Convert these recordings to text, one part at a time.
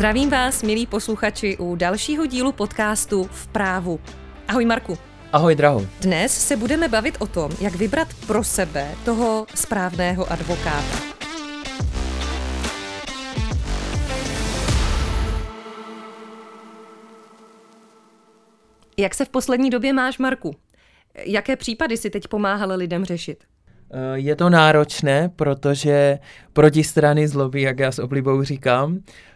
Zdravím vás, milí posluchači, u dalšího dílu podcastu V právu. Ahoj Marku. Ahoj Draho. Dnes se budeme bavit o tom, jak vybrat pro sebe toho správného advokáta. Jak se v poslední době máš, Marku? Jaké případy si teď pomáhal lidem řešit? Je to náročné, protože protistrany zloby, jak já s oblibou říkám,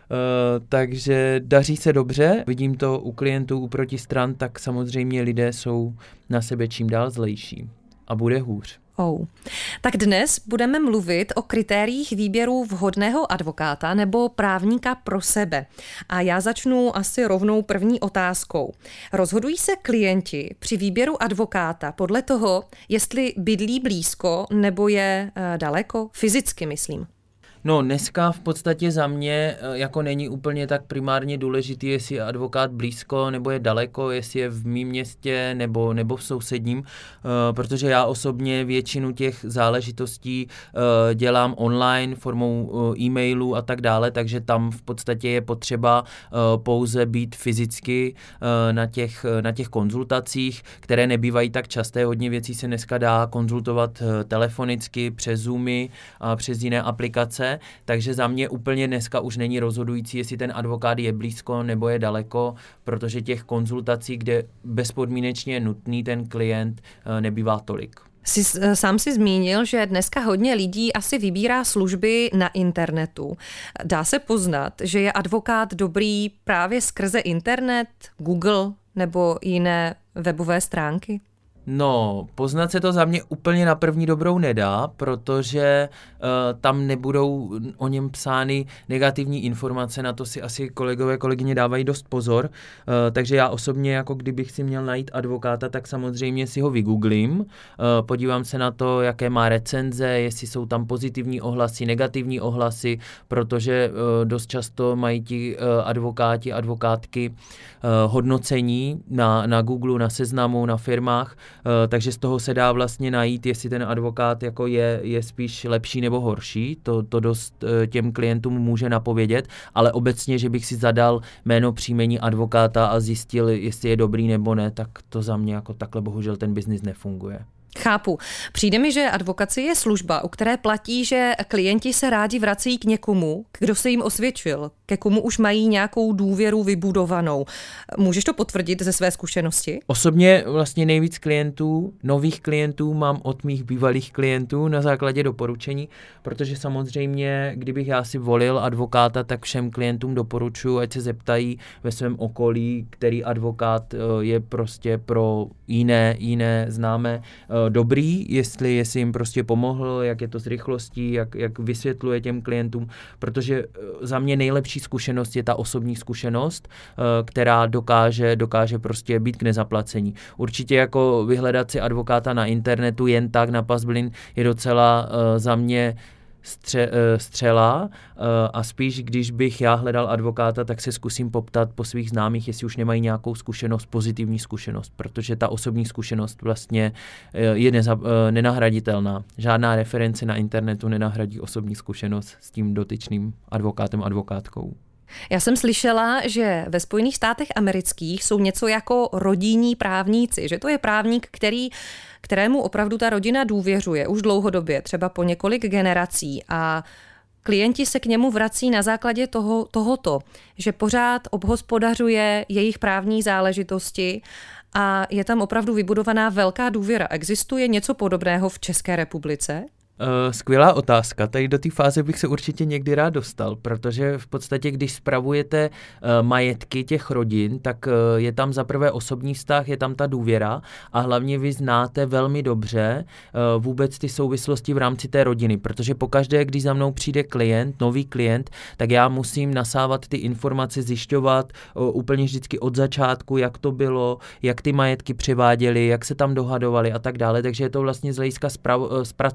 takže daří se dobře. Vidím to u klientů, u protistran, tak samozřejmě lidé jsou na sebe čím dál zlejší a bude hůř. Tak dnes budeme mluvit o kritériích výběru vhodného advokáta nebo právníka pro sebe. A já začnu asi rovnou první otázkou. Rozhodují se klienti při výběru advokáta podle toho, jestli bydlí blízko nebo je daleko? Fyzicky, myslím. No, dneska v podstatě za mě jako není úplně tak primárně důležitý, jestli je advokát blízko nebo je daleko, jestli je v mém městě nebo v sousedním, protože já osobně většinu těch záležitostí dělám online formou e-mailů a tak dále, takže tam v podstatě je potřeba pouze být fyzicky na těch konzultacích, které nebývají tak časté. Hodně věcí se dneska dá konzultovat telefonicky, přes Zoomy a přes jiné aplikace. Takže za mě úplně dneska už není rozhodující, jestli ten advokát je blízko nebo je daleko, protože těch konzultací, kde bezpodmínečně je nutný ten klient, nebývá tolik. Sám si zmínil, že dneska hodně lidí asi vybírá služby na internetu. Dá se poznat, že je advokát dobrý právě skrze internet, Google nebo jiné webové stránky? No, poznat se to za mě úplně na první dobrou nedá, protože tam nebudou o něm psány negativní informace, na to si asi kolegové, kolegyně dávají dost pozor, takže já osobně, jako kdybych si měl najít advokáta, tak samozřejmě si ho vygooglím, podívám se na to, jaké má recenze, jestli jsou tam pozitivní ohlasy, negativní ohlasy, protože dost často mají ti advokáti, advokátky hodnocení na Google, na Seznamu, na firmách, takže z toho se dá vlastně najít, jestli ten advokát jako je spíš lepší nebo horší, to dost těm klientům může napovědět, ale obecně, že bych si zadal jméno, příjmení advokáta a zjistil, jestli je dobrý nebo ne, tak to za mě jako takhle bohužel ten biznis nefunguje. Chápu. Přijde mi, že advokacie je služba, u které platí, že klienti se rádi vracejí k někomu, kdo se jim osvědčil, ke komu už mají nějakou důvěru vybudovanou. Můžeš to potvrdit ze své zkušenosti? Osobně vlastně nejvíc nových klientů mám od mých bývalých klientů na základě doporučení, protože samozřejmě, kdybych já si volil advokáta, tak všem klientům doporučuji, ať se zeptají ve svém okolí, který advokát je prostě pro jiné známé dobrý, jestli jim prostě pomohl, jak je to s rychlostí, jak vysvětluje těm klientům, protože za mě nejlepší zkušenost je ta osobní zkušenost, která dokáže prostě být k nezaplacení. Určitě jako vyhledat si advokáta na internetu jen tak na pasblin je docela za mě střela a spíš, když bych já hledal advokáta, tak se zkusím poptat po svých známých, jestli už nemají nějakou zkušenost, pozitivní zkušenost, protože ta osobní zkušenost vlastně je nenahraditelná. Žádná reference na internetu nenahradí osobní zkušenost s tím dotyčným advokátem, advokátkou. Já jsem slyšela, že ve Spojených státech amerických jsou něco jako rodinní právníci, že to je právník, kterému opravdu ta rodina důvěřuje už dlouhodobě, třeba po několik generací a klienti se k němu vrací na základě tohoto, že pořád obhospodařuje jejich právní záležitosti a je tam opravdu vybudovaná velká důvěra. Existuje něco podobného v České republice? Skvělá otázka. Tady do té fáze bych se určitě někdy rád dostal, protože v podstatě, když spravujete majetky těch rodin, tak je tam za prvé osobní vztah, je tam ta důvěra a hlavně vy znáte velmi dobře vůbec ty souvislosti v rámci té rodiny, protože pokaždé, když za mnou přijde nový klient, tak já musím nasávat ty informace, zjišťovat úplně vždycky od začátku, jak to bylo, jak ty majetky převáděly, jak se tam dohadovali a tak dále, takže je to vlastně z hlediska zpracování těch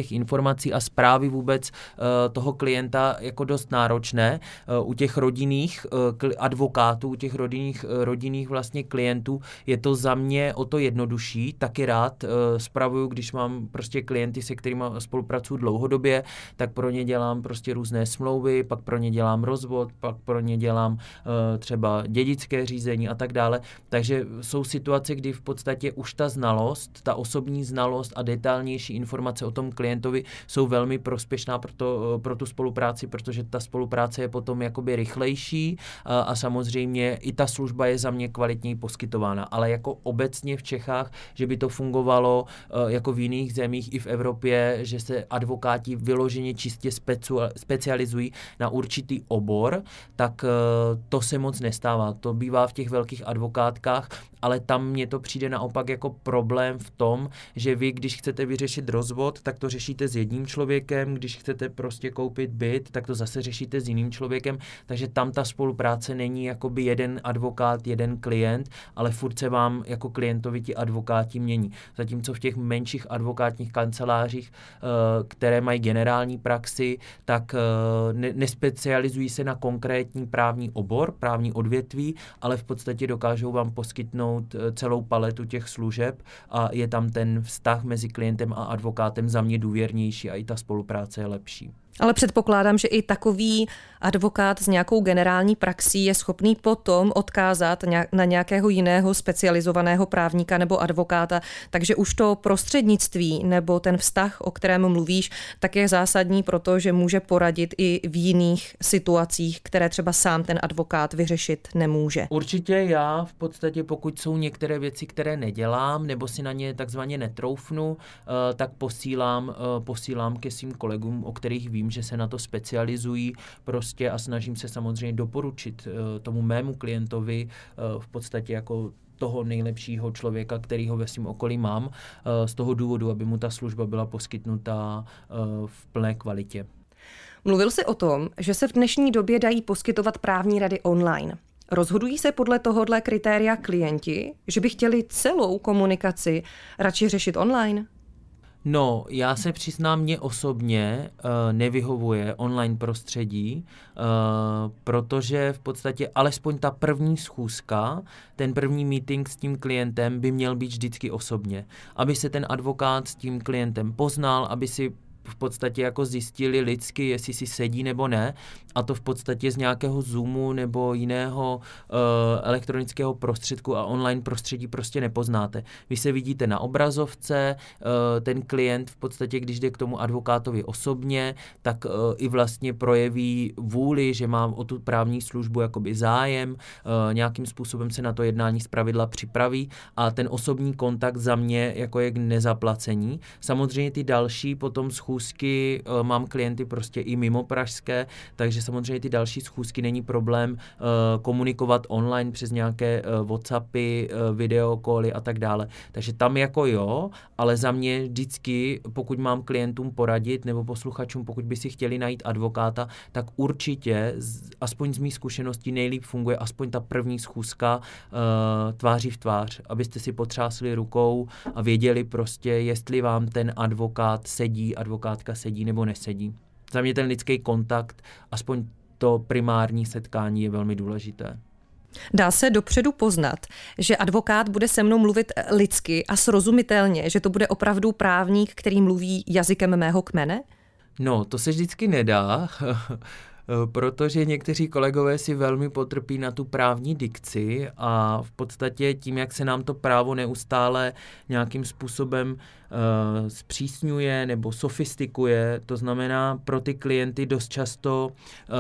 těch informací a správy vůbec toho klienta jako dost náročné. U těch rodinných advokátů, u těch rodinných vlastně klientů je to za mě o to jednodušší. Taky rád spravuju, když mám prostě klienty, se kterými spolupracuju dlouhodobě, tak pro ně dělám prostě různé smlouvy, pak pro ně dělám rozvod, pak pro ně dělám třeba dědické řízení a tak dále. Takže jsou situace, kdy v podstatě už ta znalost, ta osobní znalost a detailnější informace o tom klientovi jsou velmi prospěšná pro tu spolupráci, protože ta spolupráce je potom jakoby rychlejší a samozřejmě i ta služba je za mě kvalitněji poskytována. Ale jako obecně v Čechách, že by to fungovalo jako v jiných zemích i v Evropě, že se advokáti vyloženě čistě specializují na určitý obor, tak to se moc nestává. To bývá v těch velkých advokátkách, ale tam mně to přijde naopak jako problém v tom, že vy, když chcete vyřešit rozvod, tak to řešíte s jedním člověkem, když chcete prostě koupit byt, tak to zase řešíte s jiným člověkem, takže tam ta spolupráce není jakoby jeden advokát, jeden klient, ale furt se vám jako klientovi ti advokáti mění. Zatímco v těch menších advokátních kancelářích, které mají generální praxi, tak nespecializují se na konkrétní právní obor, právní odvětví, ale v podstatě dokážou vám poskytnout celou paletu těch služeb a je tam ten vztah mezi klientem a advokátem za mě důvěrnější a i ta spolupráce je lepší. Ale předpokládám, že i takový advokát s nějakou generální praxí je schopný potom odkázat na nějakého jiného specializovaného právníka nebo advokáta, takže už to prostřednictví nebo ten vztah, o kterém mluvíš, tak je zásadní, protože může poradit i v jiných situacích, které třeba sám ten advokát vyřešit nemůže. Určitě já v podstatě, pokud jsou některé věci, které nedělám, nebo si na ně takzvaně netroufnu, tak posílám ke svým kolegům, o kterých vím, že se na to specializují prostě a snažím se samozřejmě doporučit tomu mému klientovi v podstatě jako toho nejlepšího člověka, kterýho ve svém okolí mám, z toho důvodu, aby mu ta služba byla poskytnuta v plné kvalitě. Mluvil jsi o tom, že se v dnešní době dají poskytovat právní rady online. Rozhodují se podle tohohle kritéria klienti, že by chtěli celou komunikaci radši řešit online? No, já se přiznám, mě osobně nevyhovuje online prostředí, protože v podstatě alespoň ta první schůzka, ten první meeting s tím klientem by měl být vždycky osobně. Aby se ten advokát s tím klientem poznal, aby si v podstatě jako zjistili lidsky, jestli si sedí nebo ne, a to v podstatě z nějakého Zoomu nebo jiného elektronického prostředku a online prostředí prostě nepoznáte. Vy se vidíte na obrazovce, ten klient v podstatě, když jde k tomu advokátovi osobně, tak i vlastně projeví vůli, že má o tu právní službu jakoby zájem, nějakým způsobem se na to jednání zpravidla připraví a ten osobní kontakt za mě jako je k nezaplacení. Samozřejmě ty další potom schůzky, mám klienty prostě i mimo pražské, takže samozřejmě ty další schůzky není problém komunikovat online přes nějaké WhatsAppy, videokoly a tak dále. Takže tam jako jo, ale za mě vždycky, pokud mám klientům poradit nebo posluchačům, pokud by si chtěli najít advokáta, tak určitě, aspoň z mých zkušeností nejlíp funguje aspoň ta první schůzka tváří v tvář, abyste si potřásli rukou a věděli prostě, jestli vám ten advokát sedí, advokátka sedí nebo nesedí. Za mě ten lidský kontakt, aspoň to primární setkání je velmi důležité. Dá se dopředu poznat, že advokát bude se mnou mluvit lidsky a srozumitelně, že to bude opravdu právník, který mluví jazykem mého kmene? No, to se vždycky nedá, protože někteří kolegové si velmi potrpí na tu právní dikci a v podstatě tím, jak se nám to právo neustále nějakým způsobem zpřísňuje nebo sofistikuje, to znamená pro ty klienty dost často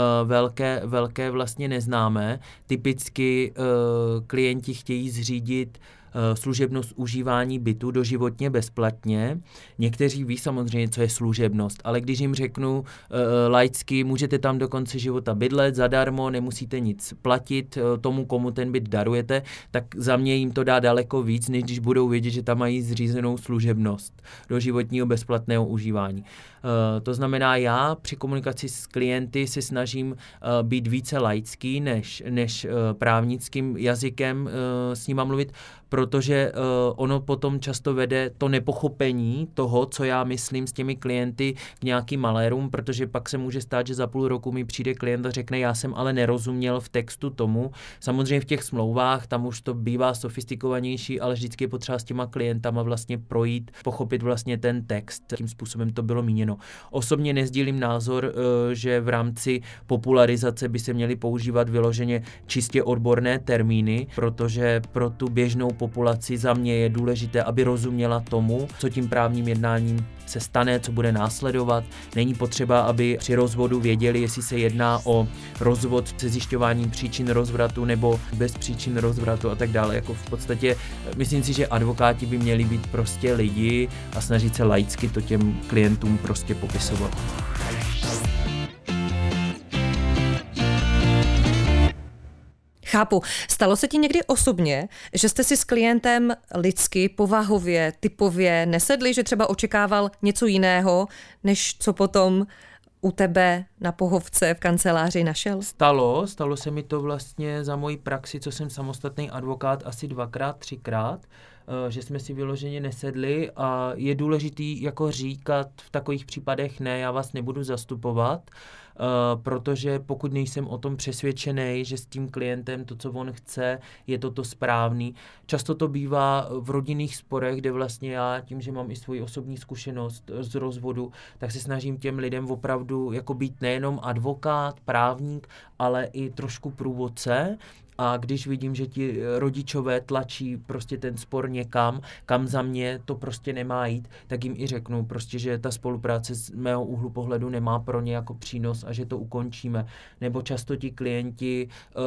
velké vlastně neznámé. Typicky klienti chtějí zřídit služebnost užívání bytu doživotně bezplatně. Někteří ví samozřejmě, co je služebnost, ale když jim řeknu laicky, můžete tam do konce života bydlet zadarmo, nemusíte nic platit tomu, komu ten byt darujete, tak za mě jim to dá daleko víc, než když budou vědět, že tam mají zřízenou služebnost doživotního bezplatného užívání. To znamená, já při komunikaci s klienty se snažím být více laický, než právnickým jazykem s nima mluvit, protože ono potom často vede to nepochopení toho, co já myslím s těmi klienty k nějakým malérům, protože pak se může stát, že za půl roku mi přijde klient a řekne, já jsem ale nerozuměl v textu tomu. Samozřejmě v těch smlouvách, tam už to bývá sofistikovanější, ale vždycky je potřeba s těma klientama vlastně projít, pochopit vlastně ten text, jakým způsobem to bylo míněno. Osobně nezdílím názor, že v rámci popularizace by se měly používat vyloženě čistě odborné termíny, protože pro tu běžnou populaci za mě je důležité, aby rozuměla tomu, co tím právním jednáním se stane, co bude následovat. Není potřeba, aby při rozvodu věděli, jestli se jedná o rozvod se zjišťováním příčin rozvratu nebo bez příčin rozvratu a tak dále. Jako v podstatě myslím si, že advokáti by měli být prostě lidi a snažit se laicky to těm klientům prostě popisovat. Chápu. Stalo se ti někdy osobně, že jste si s klientem lidsky, povahově, typově nesedli, že třeba očekával něco jiného, než co potom u tebe na pohovce v kanceláři našel? Stalo se mi to vlastně za moji praxi, co jsem samostatný advokát, asi 2x, 3x, že jsme si vyloženě nesedli a je důležitý jako říkat v takových případech ne, já vás nebudu zastupovat, protože pokud nejsem o tom přesvědčený, že s tím klientem to, co on chce, je to správný. Často to bývá v rodinných sporech, kde vlastně já tím, že mám i svoji osobní zkušenost z rozvodu, tak se snažím těm lidem opravdu jako být nejenom advokát, právník, ale i trošku průvodce. A když vidím, že ti rodičové tlačí prostě ten spor někam, kam za mě to prostě nemá jít, tak jim i řeknu prostě, že ta spolupráce z mého úhlu pohledu nemá pro ně jako přínos a že to ukončíme. Nebo často ti klienti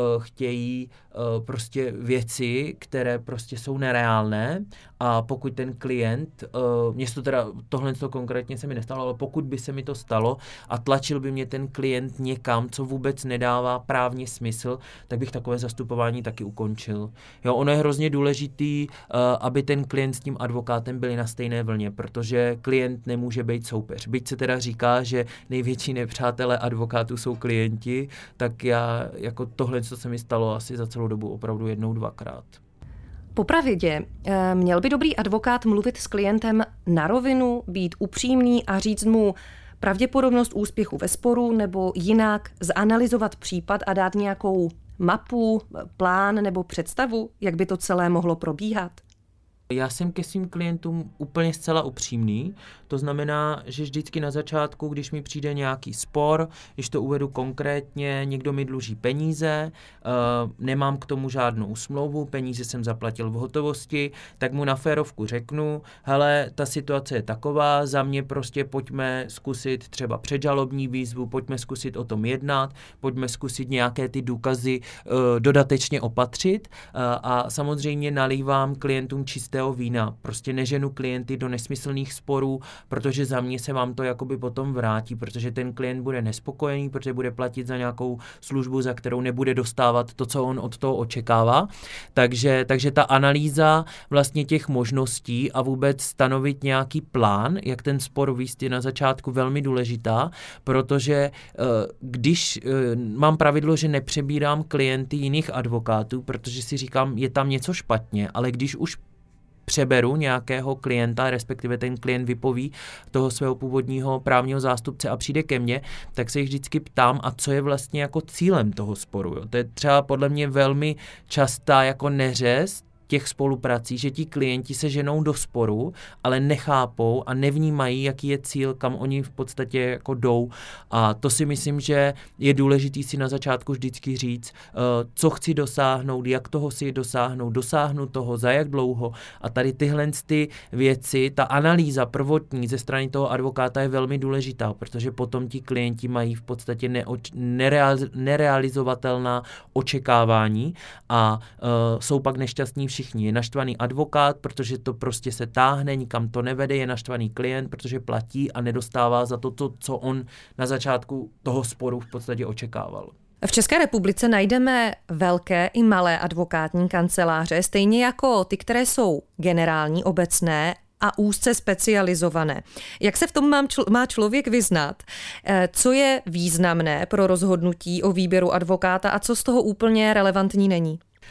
chtějí prostě věci, které prostě jsou nereálné a pokud ten klient, mně to teda, tohle konkrétně se mi nestalo, ale pokud by se mi to stalo a tlačil by mě ten klient někam, co vůbec nedává právně smysl, tak bych takové zastupování taky ukončil. Jo, ono je hrozně důležitý, aby ten klient s tím advokátem byli na stejné vlně, protože klient nemůže být soupeř. Byť se teda říká, že největší nepřátelé advokátů jsou klienti, tak já jako tohle, co se mi stalo asi za celou dobu opravdu 1, 2krát. Popravdě, měl by dobrý advokát mluvit s klientem na rovinu, být upřímný a říct mu pravděpodobnost úspěchu ve sporu nebo jinak zanalyzovat případ a dát nějakou mapu, plán nebo představu, jak by to celé mohlo probíhat? Já jsem ke svým klientům úplně zcela upřímný, to znamená, že vždycky na začátku, když mi přijde nějaký spor, když to uvedu konkrétně, někdo mi dluží peníze, nemám k tomu žádnou smlouvu, peníze jsem zaplatil v hotovosti, tak mu na férovku řeknu, hele, ta situace je taková, za mě prostě pojďme zkusit třeba předžalobní výzvu, pojďme zkusit o tom jednat, pojďme zkusit nějaké ty důkazy dodatečně opatřit a samozřejmě nalívám klientům čistého vína. Prostě neženu klienty do nesmyslných sporů, protože za mě se vám to jakoby potom vrátí, protože ten klient bude nespokojený, protože bude platit za nějakou službu, za kterou nebude dostávat to, co on od toho očekává. Takže ta analýza vlastně těch možností a vůbec stanovit nějaký plán, jak ten spor vést, je na začátku velmi důležitá, protože když mám pravidlo, že nepřebírám klienty jiných advokátů, protože si říkám, je tam něco špatně, ale když už přeberu nějakého klienta, respektive ten klient vypoví toho svého původního právního zástupce a přijde ke mně, tak se jich vždycky ptám, a co je vlastně jako cílem toho sporu. Jo? To je třeba podle mě velmi častá jako neřest těch spoluprací, že ti klienti se ženou do sporu, ale nechápou a nevnímají, jaký je cíl, kam oni v podstatě jako jdou. A to si myslím, že je důležitý si na začátku vždycky říct, co chci dosáhnout, jak toho si dosáhnu toho, za jak dlouho. A tady tyhle ty věci, ta analýza prvotní ze strany toho advokáta je velmi důležitá, protože potom ti klienti mají v podstatě nerealizovatelná očekávání a jsou pak nešťastní všichni. Je naštvaný advokát, protože to prostě se táhne, nikam to nevede, je naštvaný klient, protože platí a nedostává za to, co on na začátku toho sporu v podstatě očekával. V České republice najdeme velké i malé advokátní kanceláře, stejně jako ty, které jsou generální, obecné a úzce specializované. Jak se v tom má člověk vyznat? Co je významné pro rozhodnutí o výběru advokáta a co z toho úplně relevantní není?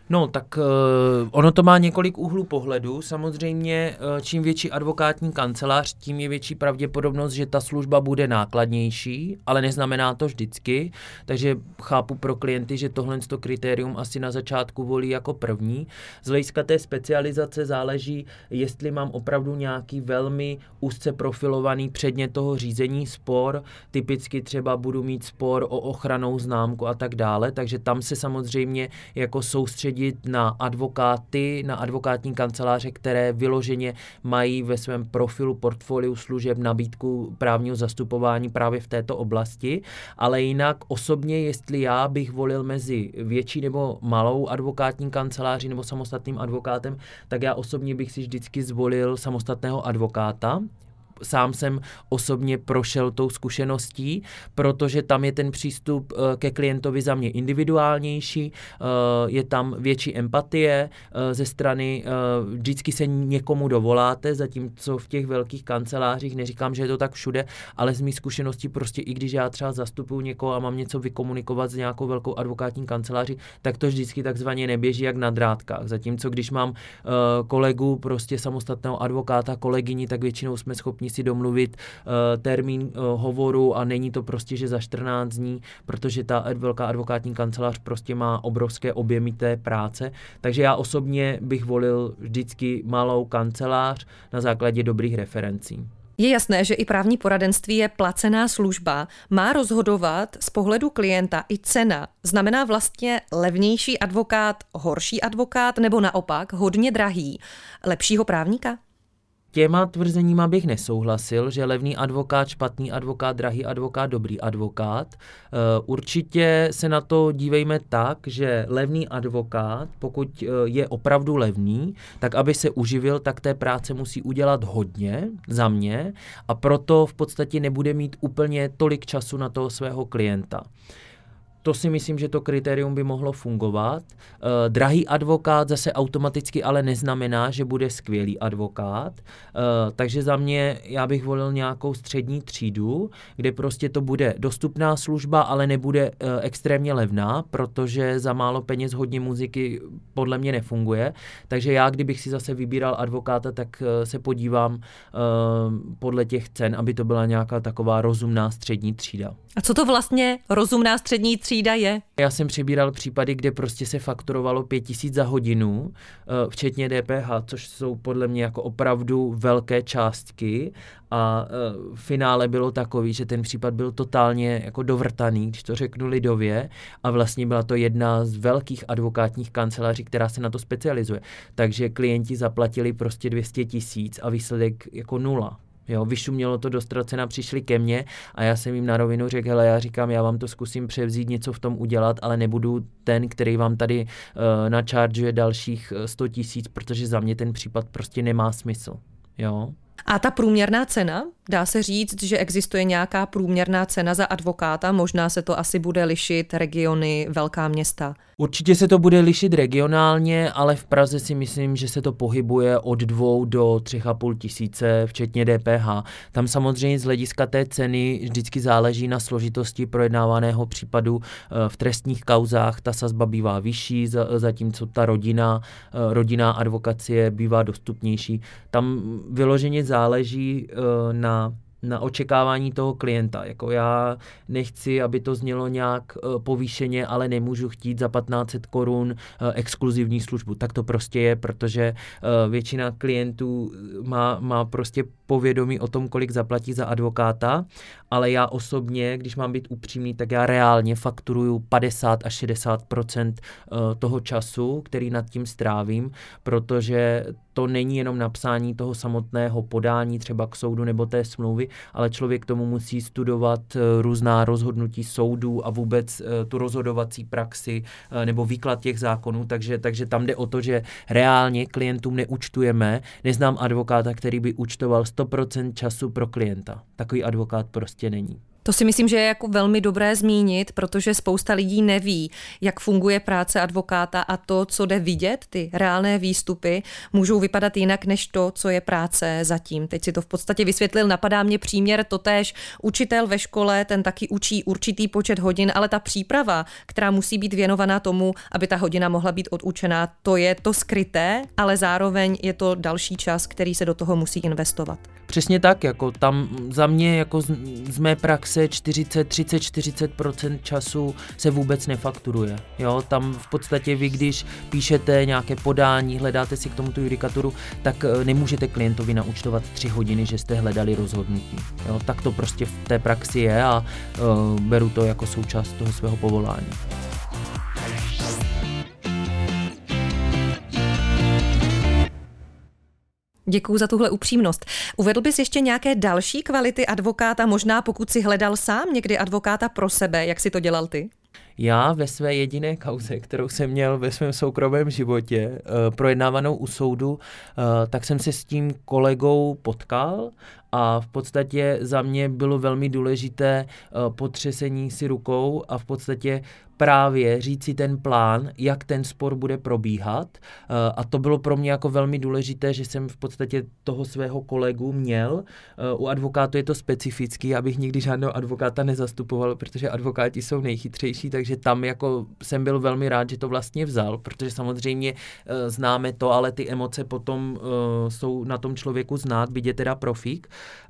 No, tak ono to má několik úhlů pohledu. Samozřejmě, čím větší advokátní kancelář, tím je větší pravděpodobnost, že ta služba bude nákladnější, ale neznamená to vždycky. Takže chápu pro klienty, že tohle kritérium asi na začátku volí jako první. Z hlediska té specializace záleží, jestli mám opravdu nějaký velmi úzce profilovaný předmět toho řízení spor. Typicky třeba budu mít spor o ochrannou známku a tak dále, takže tam se samozřejmě jako soustředí na advokáty, na advokátní kanceláře, které vyloženě mají ve svém profilu portfoliu služeb nabídku právního zastupování právě v této oblasti, ale jinak osobně, jestli já bych volil mezi větší nebo malou advokátní kanceláří nebo samostatným advokátem, tak já osobně bych si vždycky zvolil samostatného advokáta. Sám jsem osobně prošel tou zkušeností, protože tam je ten přístup ke klientovi za mě individuálnější, je tam větší empatie ze strany, vždycky se někomu dovoláte, zatímco v těch velkých kancelářích, neříkám, že je to tak všude, ale z mých zkušeností prostě i když já třeba zastupuju někoho a mám něco vykomunikovat s nějakou velkou advokátní kanceláří, tak to vždycky takzvaně neběží jak na drátkách. Zatímco když mám kolegu, prostě samostatného advokáta, kolegyni, tak většinou jsme schopni si domluvit termín hovoru a není to prostě, že za 14 dní, protože ta velká advokátní kancelář prostě má obrovské objemy té práce. Takže já osobně bych volil vždycky malou kancelář na základě dobrých referencí. Je jasné, že i právní poradenství je placená služba. Má rozhodovat z pohledu klienta i cena. Znamená vlastně levnější advokát, horší advokát nebo naopak hodně drahý, lepšího právníka? Těma tvrzeníma bych nesouhlasil, že levný advokát, špatný advokát, drahý advokát, dobrý advokát. Určitě se na to dívejme tak, že levný advokát, pokud je opravdu levný, tak aby se uživil, tak té práce musí udělat hodně za mě a proto v podstatě nebude mít úplně tolik času na toho svého klienta. To si myslím, že to kritérium by mohlo fungovat. Drahý advokát zase automaticky ale neznamená, že bude skvělý advokát. Takže za mě já bych volil nějakou střední třídu, kde prostě to bude dostupná služba, ale nebude extrémně levná, protože za málo peněz hodně muziky podle mě nefunguje. Takže já, kdybych si zase vybíral advokáta, tak se podívám podle těch cen, aby to byla nějaká taková rozumná střední třída. A co to vlastně rozumná střední třída je? Já jsem přebíral případy, kde prostě se fakturovalo 5 000 za hodinu, včetně DPH, což jsou podle mě jako opravdu velké částky a v finále bylo takový, že ten případ byl totálně jako dovrtaný, když to řeknu lidově, a vlastně byla to jedna z velkých advokátních kanceláří, která se na to specializuje. Takže klienti zaplatili prostě 200 000 a výsledek jako 0. Jo, vyšumělo to do ztracena, přišli ke mně a já jsem jim na rovinu řekl, hele, já říkám, já vám to zkusím převzít, něco v tom udělat, ale nebudu ten, který vám tady načaržuje dalších 100 000, protože za mě ten případ prostě nemá smysl. Jo. A ta průměrná cena? Dá se říct, že existuje nějaká průměrná cena za advokáta? Možná se to asi bude lišit regiony, velká města. Určitě se to bude lišit regionálně, ale v Praze si myslím, že se to pohybuje od 2 do 3,5 tisíce, včetně DPH. Tam samozřejmě z hlediska té ceny vždycky záleží na složitosti projednávaného případu. V trestních kauzách ta sazba bývá vyšší, zatímco ta rodinná advokacie bývá dostupnější. Tam vyloženě záleží na očekávání toho klienta. Jako já nechci, aby to znělo nějak povýšeně, ale nemůžu chtít za 1500 korun exkluzivní službu. Tak to prostě je, protože většina klientů má prostě povědomí o tom, kolik zaplatí za advokáta, ale já osobně, když mám být upřímný, tak já reálně fakturuju 50 až 60% toho času, který nad tím strávím, protože to není jenom napsání toho samotného podání třeba k soudu nebo té smlouvy, ale člověk k tomu musí studovat různá rozhodnutí soudů a vůbec tu rozhodovací praxi nebo výklad těch zákonů, takže tam jde o to, že reálně klientům neúčtujeme. Neznám advokáta, který by účtoval 100% času pro klienta. Takový advokát prostě není. To si myslím, že je jako velmi dobré zmínit, protože spousta lidí neví, jak funguje práce advokáta a to, co jde vidět, ty reálné výstupy, můžou vypadat jinak než to, co je práce zatím. Teď si to v podstatě vysvětlil, napadá mě příměr totéž. Učitel ve škole, ten taky učí určitý počet hodin, ale ta příprava, která musí být věnovaná tomu, aby ta hodina mohla být odučená, to je to skryté, ale zároveň je to další čas, který se do toho musí investovat. Přesně tak, jako tam za mě jako z mé praxe 30-40% času se vůbec nefakturuje. Jo? Tam v podstatě vy, když píšete nějaké podání, hledáte si k tomu tu judikaturu, tak nemůžete klientovi naúčtovat 3 hodiny, že jste hledali rozhodnutí. Jo? Tak to prostě v té praxi je a beru to jako součást toho svého povolání. Děkuju za tuhle upřímnost. Uvedl bys ještě nějaké další kvality advokáta, možná pokud si hledal sám někdy advokáta pro sebe, jak si to dělal ty? Já ve své jediné kauze, kterou jsem měl ve svém soukromém životě, projednávanou u soudu, tak jsem se s tím kolegou potkal a v podstatě za mě bylo velmi důležité potřesení si rukou a v podstatě právě říct si ten plán, jak ten spor bude probíhat. A to bylo pro mě jako velmi důležité, že jsem v podstatě toho svého kolegu měl. U advokátu je to specifický, abych nikdy žádného advokáta nezastupoval, protože advokáti jsou nejchytřejší, takže tam jako jsem byl velmi rád, že to vlastně vzal, protože samozřejmě známe to, ale ty emoce potom jsou na tom člověku znát, byť je teda profík.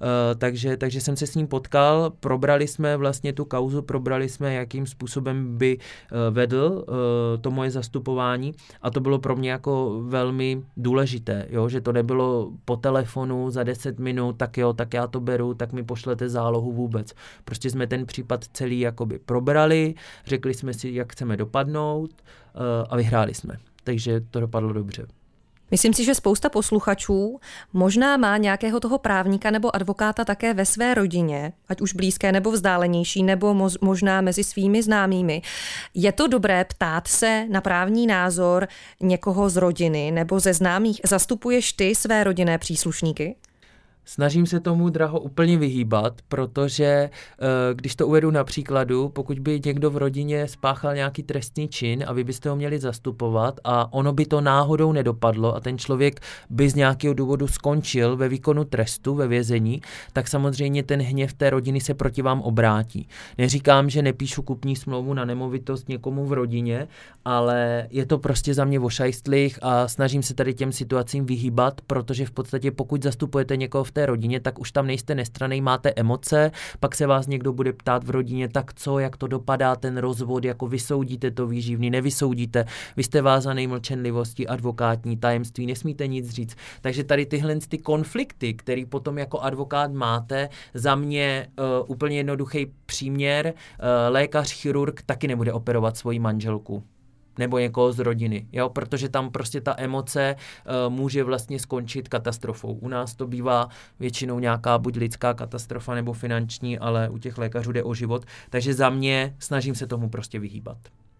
Takže jsem se s ním potkal, probrali jsme vlastně tu kauzu, probrali jsme, jakým způsobem by vedl to moje zastupování a to bylo pro mě jako velmi důležité, jo? Že to nebylo po telefonu za 10 minut, tak jo, tak já to beru, tak mi pošlete zálohu vůbec. Prostě jsme ten případ celý jakoby probrali, řekli jsme si, jak chceme dopadnout a vyhráli jsme. Takže to dopadlo dobře. Myslím si, že spousta posluchačů možná má nějakého toho právníka nebo advokáta také ve své rodině, ať už blízké nebo vzdálenější, nebo možná mezi svými známými. Je to dobré ptát se na právní názor někoho z rodiny nebo ze známých? Zastupuješ ty své rodinné příslušníky? Snažím se tomu, Draho, úplně vyhýbat, protože když to uvedu na příkladu, pokud by někdo v rodině spáchal nějaký trestný čin a vy byste ho měli zastupovat a ono by to náhodou nedopadlo a ten člověk by z nějakého důvodu skončil ve výkonu trestu, ve vězení, tak samozřejmě ten hněv té rodiny se proti vám obrátí. Neříkám, že nepíšu kupní smlouvu na nemovitost někomu v rodině, ale je to prostě za mě vošajstlých a snažím se tady těm situacím vyhýbat, protože v podstatě pokud zastupujete někoho v té rodině, tak už tam nejste nestranný, máte emoce, pak se vás někdo bude ptát v rodině, tak co, jak to dopadá ten rozvod, jako vysoudíte to výživný, nevysoudíte, vy jste vázaný mlčenlivostí, advokátní tajemství, nesmíte nic říct. Takže tady tyhle ty konflikty, který potom jako advokát máte, za mě úplně jednoduchý příměr, lékař, chirurg taky nebude operovat svoji manželku nebo někoho z rodiny, jo? Protože tam prostě ta emoce může vlastně skončit katastrofou. U nás to bývá většinou nějaká buď lidská katastrofa nebo finanční, ale u těch lékařů jde o život, takže za mě snažím se tomu prostě vyhýbat.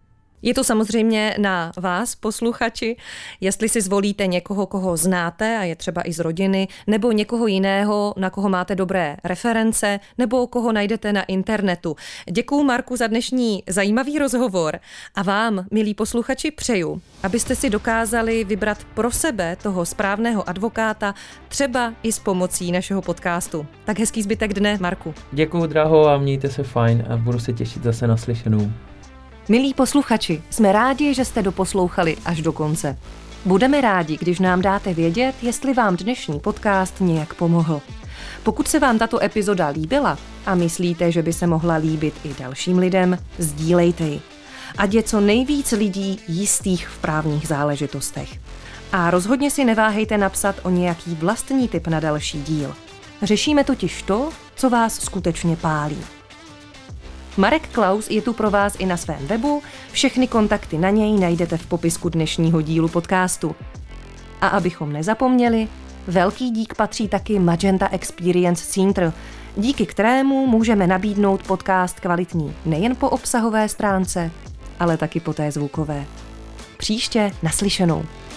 Je to samozřejmě na vás, posluchači, jestli si zvolíte někoho, koho znáte a je třeba i z rodiny, nebo někoho jiného, na koho máte dobré reference, nebo koho najdete na internetu. Děkuju, Marku, za dnešní zajímavý rozhovor a vám, milí posluchači, přeju, abyste si dokázali vybrat pro sebe toho správného advokáta, třeba i s pomocí našeho podcastu. Tak hezký zbytek dne, Marku. Děkuju, Draho, a mějte se fajn a budu se těšit zase na slyšenou. Milí posluchači, jsme rádi, že jste doposlouchali až do konce. Budeme rádi, když nám dáte vědět, jestli vám dnešní podcast nějak pomohl. Pokud se vám tato epizoda líbila a myslíte, že by se mohla líbit i dalším lidem, sdílejte ji. Ať je co nejvíc lidí jistých v právních záležitostech. A rozhodně si neváhejte napsat o nějaký vlastní tip na další díl. Řešíme totiž to, co vás skutečně pálí. Marek Klaus je tu pro vás i na svém webu, všechny kontakty na něj najdete v popisku dnešního dílu podcastu. A abychom nezapomněli, velký dík patří taky Magenta Experience Center, díky kterému můžeme nabídnout podcast kvalitní nejen po obsahové stránce, ale taky po té zvukové. Příště naslyšenou.